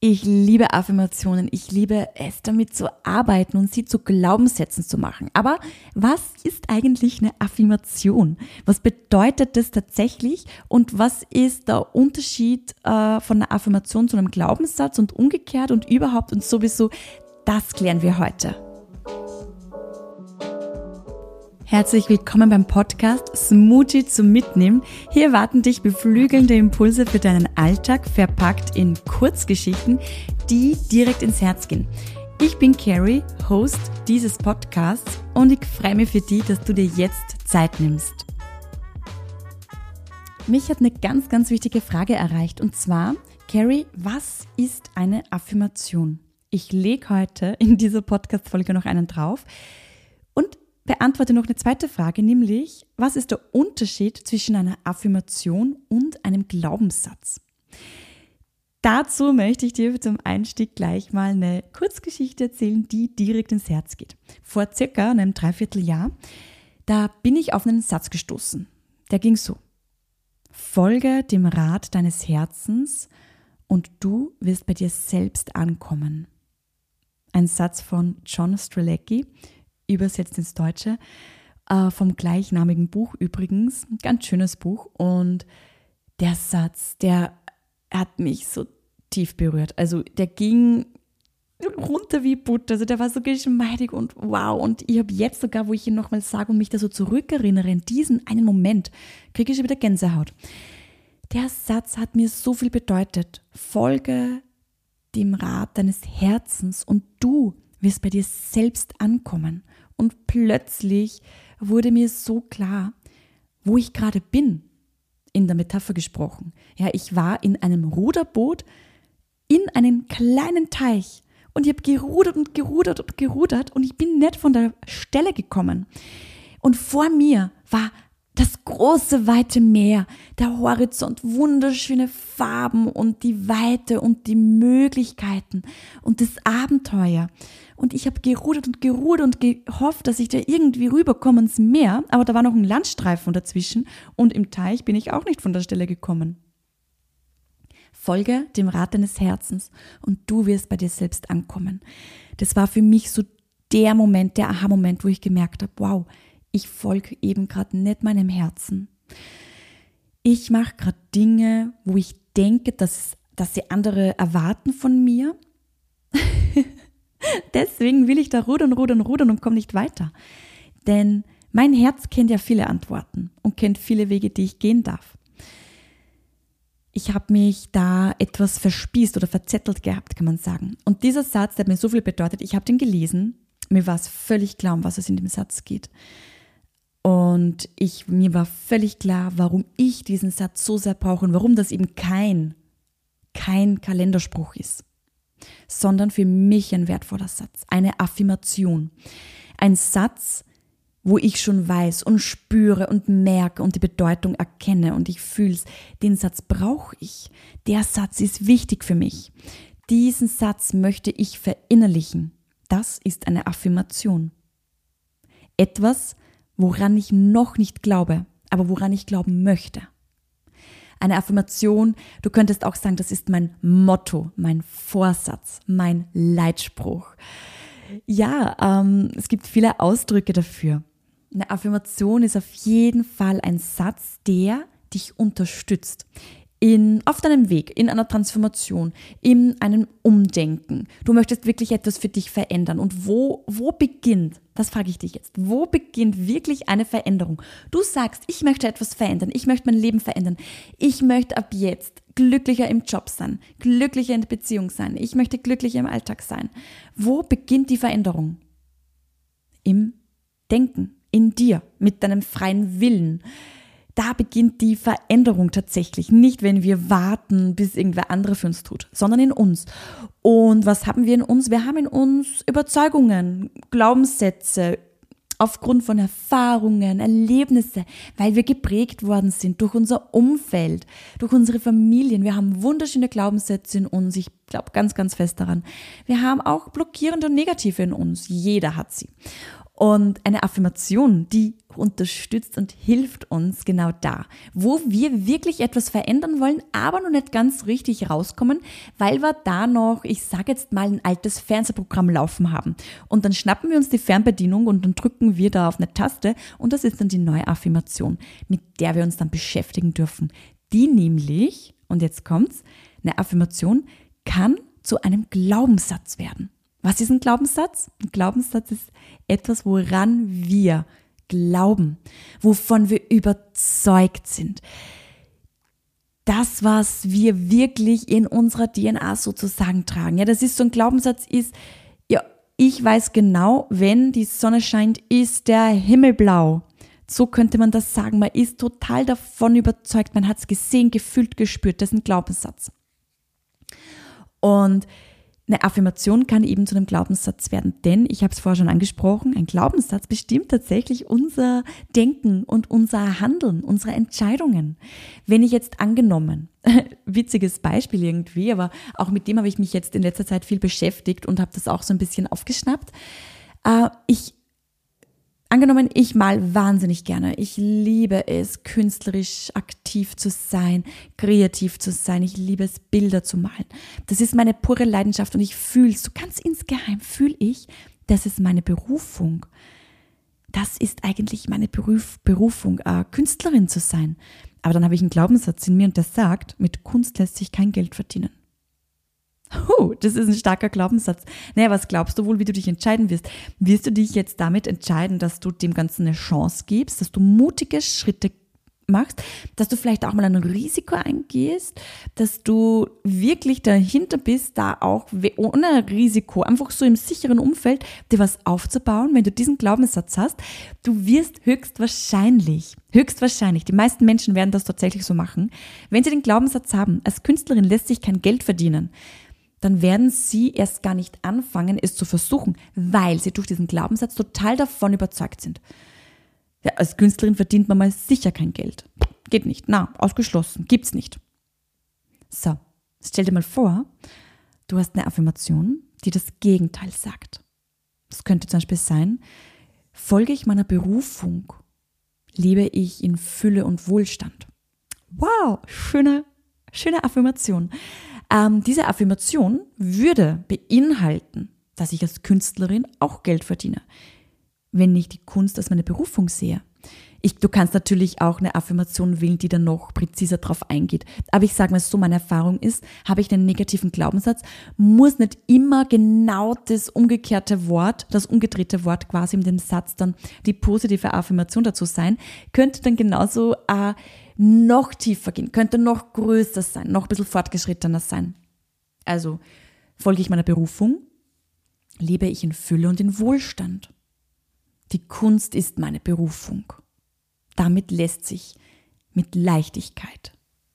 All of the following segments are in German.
Ich liebe Affirmationen. Ich liebe es, damit zu arbeiten und sie zu Glaubenssätzen zu machen. Aber was ist eigentlich eine Affirmation? Was bedeutet das tatsächlich? Und was ist der Unterschied von einer Affirmation zu einem Glaubenssatz und umgekehrt und überhaupt und sowieso? Das klären wir heute. Herzlich willkommen beim Podcast Smoothie zum Mitnehmen. Hier warten dich beflügelnde Impulse für deinen Alltag, verpackt in Kurzgeschichten, die direkt ins Herz gehen. Ich bin Carrie, Host dieses Podcasts, und ich freue mich für dich, dass du dir jetzt Zeit nimmst. Mich hat eine ganz, ganz wichtige Frage erreicht, und zwar: Carrie, was ist eine Affirmation? Ich lege heute in dieser Podcast-Folge noch einen drauf und beantworte noch eine zweite Frage, nämlich: Was ist der Unterschied zwischen einer Affirmation und einem Glaubenssatz? Dazu möchte ich dir zum Einstieg gleich mal eine Kurzgeschichte erzählen, die direkt ins Herz geht. Vor circa einem Dreivierteljahr, da bin ich auf einen Satz gestoßen. Der ging so: Folge dem Rat deines Herzens und du wirst bei dir selbst ankommen. Ein Satz von John Strzelecki, übersetzt ins Deutsche, vom gleichnamigen Buch übrigens. Ein ganz schönes Buch. Und der Satz, der hat mich so tief berührt. Also der ging runter wie Butter. Also der war so geschmeidig und wow. Und ich habe jetzt sogar, wo ich ihn nochmal sage und mich da so zurückerinnere, in diesen einen Moment, kriege ich schon wieder Gänsehaut. Der Satz hat mir so viel bedeutet. Folge dem Rat deines Herzens und du wirst bei dir selbst ankommen. Und plötzlich wurde mir so klar, wo ich gerade bin, in der Metapher gesprochen. Ja, ich war in einem Ruderboot in einem kleinen Teich und ich habe gerudert und gerudert und gerudert und ich bin nicht von der Stelle gekommen. Und vor mir war das große, weite Meer, der Horizont, wunderschöne Farben und die Weite und die Möglichkeiten und das Abenteuer. Und ich habe gerudert und gehofft, dass ich da irgendwie rüberkomme ins Meer, aber da war noch ein Landstreifen dazwischen und im Teich bin ich auch nicht von der Stelle gekommen. Folge dem Rat deines Herzens und du wirst bei dir selbst ankommen. Das war für mich so der Moment, der Aha-Moment, wo ich gemerkt habe, wow, ich folge eben gerade nicht meinem Herzen. Ich mache gerade Dinge, wo ich denke, dass sie andere erwarten von mir. Deswegen will ich da rudern und komme nicht weiter. Denn mein Herz kennt ja viele Antworten und kennt viele Wege, die ich gehen darf. Ich habe mich da etwas verspießt oder verzettelt gehabt, kann man sagen. Und dieser Satz, der hat mir so viel bedeutet, ich habe den gelesen, mir war es völlig klar, um was es in dem Satz geht. Und mir war völlig klar, warum ich diesen Satz so sehr brauche und warum das eben kein Kalenderspruch ist, sondern für mich ein wertvoller Satz, eine Affirmation. Ein Satz, wo ich schon weiß und spüre und merke und die Bedeutung erkenne und ich fühle es. Den Satz brauche ich. Der Satz ist wichtig für mich. Diesen Satz möchte ich verinnerlichen. Das ist eine Affirmation. Etwas, woran ich noch nicht glaube, aber woran ich glauben möchte. Eine Affirmation, du könntest auch sagen, das ist mein Motto, mein Vorsatz, mein Leitspruch. Ja, es gibt viele Ausdrücke dafür. Eine Affirmation ist auf jeden Fall ein Satz, der dich unterstützt. Auf deinem Weg, in einer Transformation, in einem Umdenken. Du möchtest wirklich etwas für dich verändern. Und wo beginnt, das frage ich dich jetzt, wo beginnt wirklich eine Veränderung? Du sagst, ich möchte etwas verändern, ich möchte mein Leben verändern. Ich möchte ab jetzt glücklicher im Job sein, glücklicher in der Beziehung sein. Ich möchte glücklicher im Alltag sein. Wo beginnt die Veränderung? Im Denken, in dir, mit deinem freien Willen. Da beginnt die Veränderung tatsächlich. Nicht, wenn wir warten, bis irgendwer andere für uns tut, sondern in uns. Und was haben wir in uns? Wir haben in uns Überzeugungen, Glaubenssätze, aufgrund von Erfahrungen, Erlebnisse, weil wir geprägt worden sind durch unser Umfeld, durch unsere Familien. Wir haben wunderschöne Glaubenssätze in uns. Ich glaube ganz, ganz fest daran. Wir haben auch blockierende und negative in uns. Jeder hat sie. Und eine Affirmation, die unterstützt und hilft uns genau da, wo wir wirklich etwas verändern wollen, aber noch nicht ganz richtig rauskommen, weil wir da noch, ich sage jetzt mal, ein altes Fernsehprogramm laufen haben. Und dann schnappen wir uns die Fernbedienung und dann drücken wir da auf eine Taste und das ist dann die neue Affirmation, mit der wir uns dann beschäftigen dürfen. Die nämlich, und jetzt kommt's, eine Affirmation kann zu einem Glaubenssatz werden. Was ist ein Glaubenssatz? Ein Glaubenssatz ist etwas, woran wir glauben, wovon wir überzeugt sind. Das, was wir wirklich in unserer DNA sozusagen tragen. Ja, das ist so ein Glaubenssatz ist, ja, ich weiß genau, wenn die Sonne scheint, ist der Himmel blau. So könnte man das sagen. Man ist total davon überzeugt. Man hat es gesehen, gefühlt, gespürt. Das ist ein Glaubenssatz. Und eine Affirmation kann eben zu einem Glaubenssatz werden, denn, ich habe es vorher schon angesprochen, ein Glaubenssatz bestimmt tatsächlich unser Denken und unser Handeln, unsere Entscheidungen. Wenn ich jetzt angenommen, witziges Beispiel irgendwie, aber auch mit dem habe ich mich jetzt in letzter Zeit viel beschäftigt und habe das auch so ein bisschen aufgeschnappt. Angenommen, ich mal wahnsinnig gerne. Ich liebe es, künstlerisch aktiv zu sein, kreativ zu sein. Ich liebe es, Bilder zu malen. Das ist meine pure Leidenschaft und ich fühle es, so ganz insgeheim fühle ich, das ist meine Berufung. Das ist eigentlich meine Berufung, Künstlerin zu sein. Aber dann habe ich einen Glaubenssatz in mir und der sagt, mit Kunst lässt sich kein Geld verdienen. Das ist ein starker Glaubenssatz. Naja, was glaubst du wohl, wie du dich entscheiden wirst? Wirst du dich jetzt damit entscheiden, dass du dem Ganzen eine Chance gibst, dass du mutige Schritte machst, dass du vielleicht auch mal ein Risiko eingehst, dass du wirklich dahinter bist, da auch ohne Risiko, einfach so im sicheren Umfeld, dir was aufzubauen, wenn du diesen Glaubenssatz hast, du wirst höchstwahrscheinlich, die meisten Menschen werden das tatsächlich so machen, wenn sie den Glaubenssatz haben, als Künstlerin lässt sich kein Geld verdienen, dann werden sie erst gar nicht anfangen, es zu versuchen, weil sie durch diesen Glaubenssatz total davon überzeugt sind. Ja, als Künstlerin verdient man mal sicher kein Geld. Geht nicht. Na, ausgeschlossen. Gibt's nicht. So, stell dir mal vor, du hast eine Affirmation, die das Gegenteil sagt. Das könnte zum Beispiel sein, folge ich meiner Berufung, lebe ich in Fülle und Wohlstand. Wow, schöne Affirmation. Diese Affirmation würde beinhalten, dass ich als Künstlerin auch Geld verdiene, wenn ich die Kunst als meine Berufung sehe. Du kannst natürlich auch eine Affirmation wählen, die dann noch präziser drauf eingeht. Aber ich sage mal so, meine Erfahrung ist, habe ich einen negativen Glaubenssatz, muss nicht immer genau das umgekehrte Wort, das umgedrehte Wort quasi in dem Satz dann die positive Affirmation dazu sein, könnte dann genauso noch tiefer gehen, könnte noch größer sein, noch ein bisschen fortgeschrittener sein. Also folge ich meiner Berufung, lebe ich in Fülle und in Wohlstand. Die Kunst ist meine Berufung. Damit lässt sich mit Leichtigkeit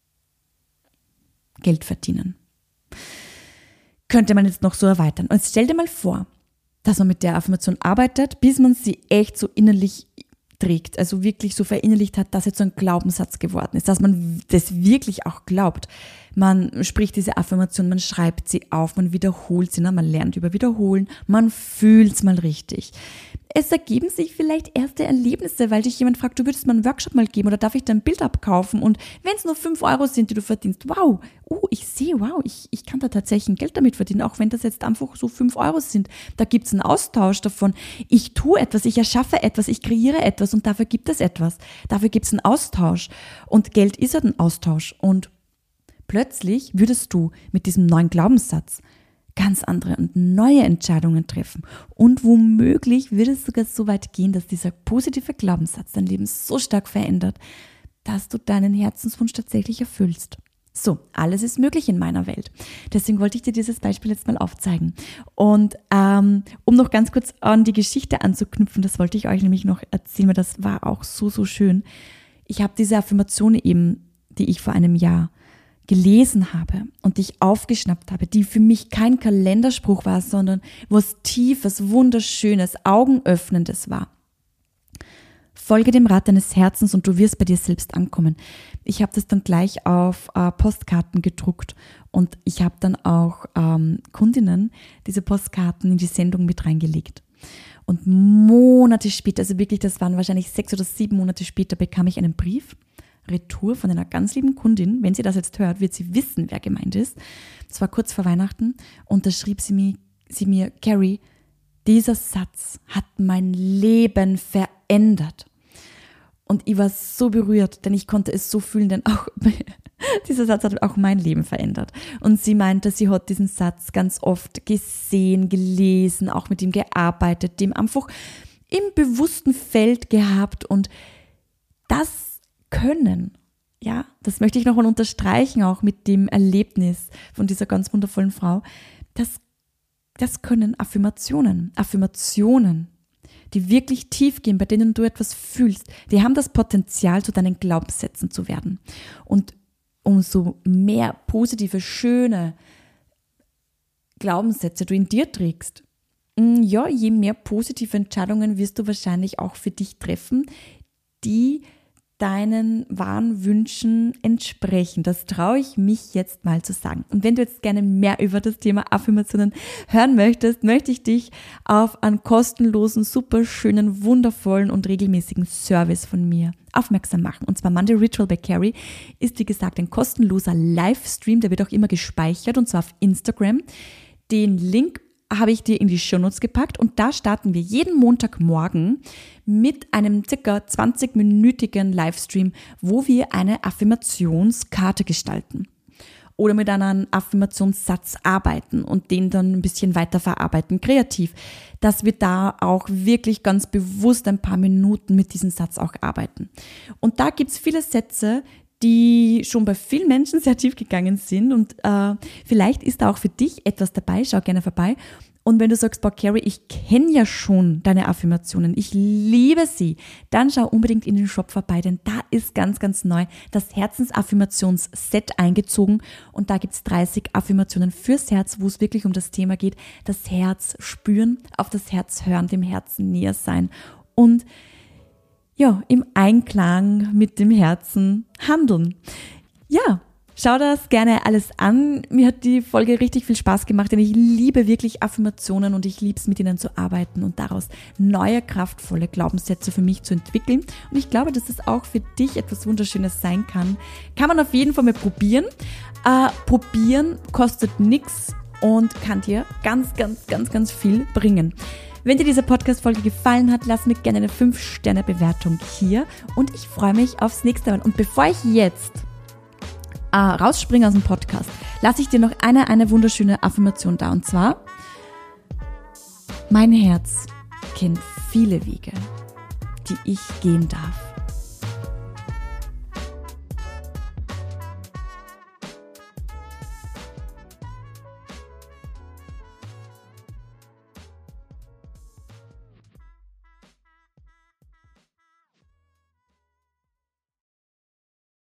Geld verdienen. Könnte man jetzt noch so erweitern. Und jetzt stell dir mal vor, dass man mit der Affirmation arbeitet, bis man sie echt so innerlich trägt, also wirklich so verinnerlicht hat, dass jetzt so ein Glaubenssatz geworden ist, dass man das wirklich auch glaubt. Man spricht diese Affirmation, man schreibt sie auf, man wiederholt sie, man lernt über Wiederholen, man fühlt es mal richtig. Es ergeben sich vielleicht erste Erlebnisse, weil dich jemand fragt, du würdest mal einen Workshop mal geben oder darf ich dein Bild abkaufen? Und wenn es nur 5 Euro sind, die du verdienst, wow, ich sehe, ich kann da tatsächlich ein Geld damit verdienen, auch wenn das jetzt einfach so 5 Euro sind. Da gibt es einen Austausch davon. Ich tue etwas, ich erschaffe etwas, ich kreiere etwas und dafür gibt es etwas. Dafür gibt es einen Austausch. Und Geld ist halt ein Austausch. Und plötzlich würdest du mit diesem neuen Glaubenssatz ganz andere und neue Entscheidungen treffen. Und womöglich wird es sogar so weit gehen, dass dieser positive Glaubenssatz dein Leben so stark verändert, dass du deinen Herzenswunsch tatsächlich erfüllst. So, alles ist möglich in meiner Welt. Deswegen wollte ich dir dieses Beispiel jetzt mal aufzeigen. Und um noch ganz kurz an die Geschichte anzuknüpfen, das wollte ich euch nämlich noch erzählen, weil das war auch so, so schön. Ich habe diese Affirmation eben, die ich vor einem Jahr gelesen habe und die ich aufgeschnappt habe, die für mich kein Kalenderspruch war, sondern was Tiefes, Wunderschönes, Augenöffnendes war. Folge dem Rat deines Herzens und du wirst bei dir selbst ankommen. Ich habe das dann gleich auf Postkarten gedruckt und ich habe dann auch Kundinnen diese Postkarten in die Sendung mit reingelegt. Und Monate später, also wirklich, das waren wahrscheinlich 6 oder 7 Monate später, bekam ich einen Brief, Retour von einer ganz lieben Kundin. Wenn sie das jetzt hört, wird sie wissen, wer gemeint ist. Das war kurz vor Weihnachten und da schrieb sie mir, Carrie, dieser Satz hat mein Leben verändert. Und ich war so berührt, denn ich konnte es so fühlen, denn auch dieser Satz hat auch mein Leben verändert. Und sie meinte, sie hat diesen Satz ganz oft gesehen, gelesen, auch mit ihm gearbeitet, dem einfach im bewussten Feld gehabt. Und das Können, ja, das möchte ich nochmal unterstreichen, auch mit dem Erlebnis von dieser ganz wundervollen Frau, das können Affirmationen, die wirklich tief gehen, bei denen du etwas fühlst, die haben das Potenzial, zu deinen Glaubenssätzen zu werden. Und umso mehr positive, schöne Glaubenssätze du in dir trägst, ja, je mehr positive Entscheidungen wirst du wahrscheinlich auch für dich treffen, die deinen wahren Wünschen entsprechen. Das traue ich mich jetzt mal zu sagen. Und wenn du jetzt gerne mehr über das Thema Affirmationen hören möchtest, möchte ich dich auf einen kostenlosen, super schönen, wundervollen und regelmäßigen Service von mir aufmerksam machen. Und zwar Monday Ritual by Carrie ist, wie gesagt, ein kostenloser Livestream, der wird auch immer gespeichert, und zwar auf Instagram. Den Link habe ich dir in die Shownotes gepackt und da starten wir jeden Montagmorgen mit einem circa 20-minütigen Livestream, wo wir eine Affirmationskarte gestalten oder mit einem Affirmationssatz arbeiten und den dann ein bisschen weiter verarbeiten, kreativ, dass wir da auch wirklich ganz bewusst ein paar Minuten mit diesem Satz auch arbeiten. Und da gibt es viele Sätze, die schon bei vielen Menschen sehr tief gegangen sind und vielleicht ist da auch für dich etwas dabei, schau gerne vorbei. Und wenn du sagst, boah Carrie, ich kenne ja schon deine Affirmationen, ich liebe sie, dann schau unbedingt in den Shop vorbei, denn da ist ganz, ganz neu das Herzensaffirmationsset eingezogen und da gibt es 30 Affirmationen fürs Herz, wo es wirklich um das Thema geht, das Herz spüren, auf das Herz hören, dem Herzen näher sein und ja, im Einklang mit dem Herzen handeln. Ja, schau das gerne alles an. Mir hat die Folge richtig viel Spaß gemacht, denn ich liebe wirklich Affirmationen und ich liebe es, mit ihnen zu arbeiten und daraus neue, kraftvolle Glaubenssätze für mich zu entwickeln. Und ich glaube, dass das auch für dich etwas Wunderschönes sein kann. Kann man auf jeden Fall mal probieren. Probieren kostet nichts und kann dir ganz, ganz, ganz, ganz viel bringen. Wenn dir diese Podcast-Folge gefallen hat, lass mir gerne eine 5-Sterne-Bewertung hier und ich freue mich aufs nächste Mal. Und bevor ich jetzt rausspringe aus dem Podcast, lasse ich dir noch eine wunderschöne Affirmation da. Und zwar, mein Herz kennt viele Wege, die ich gehen darf.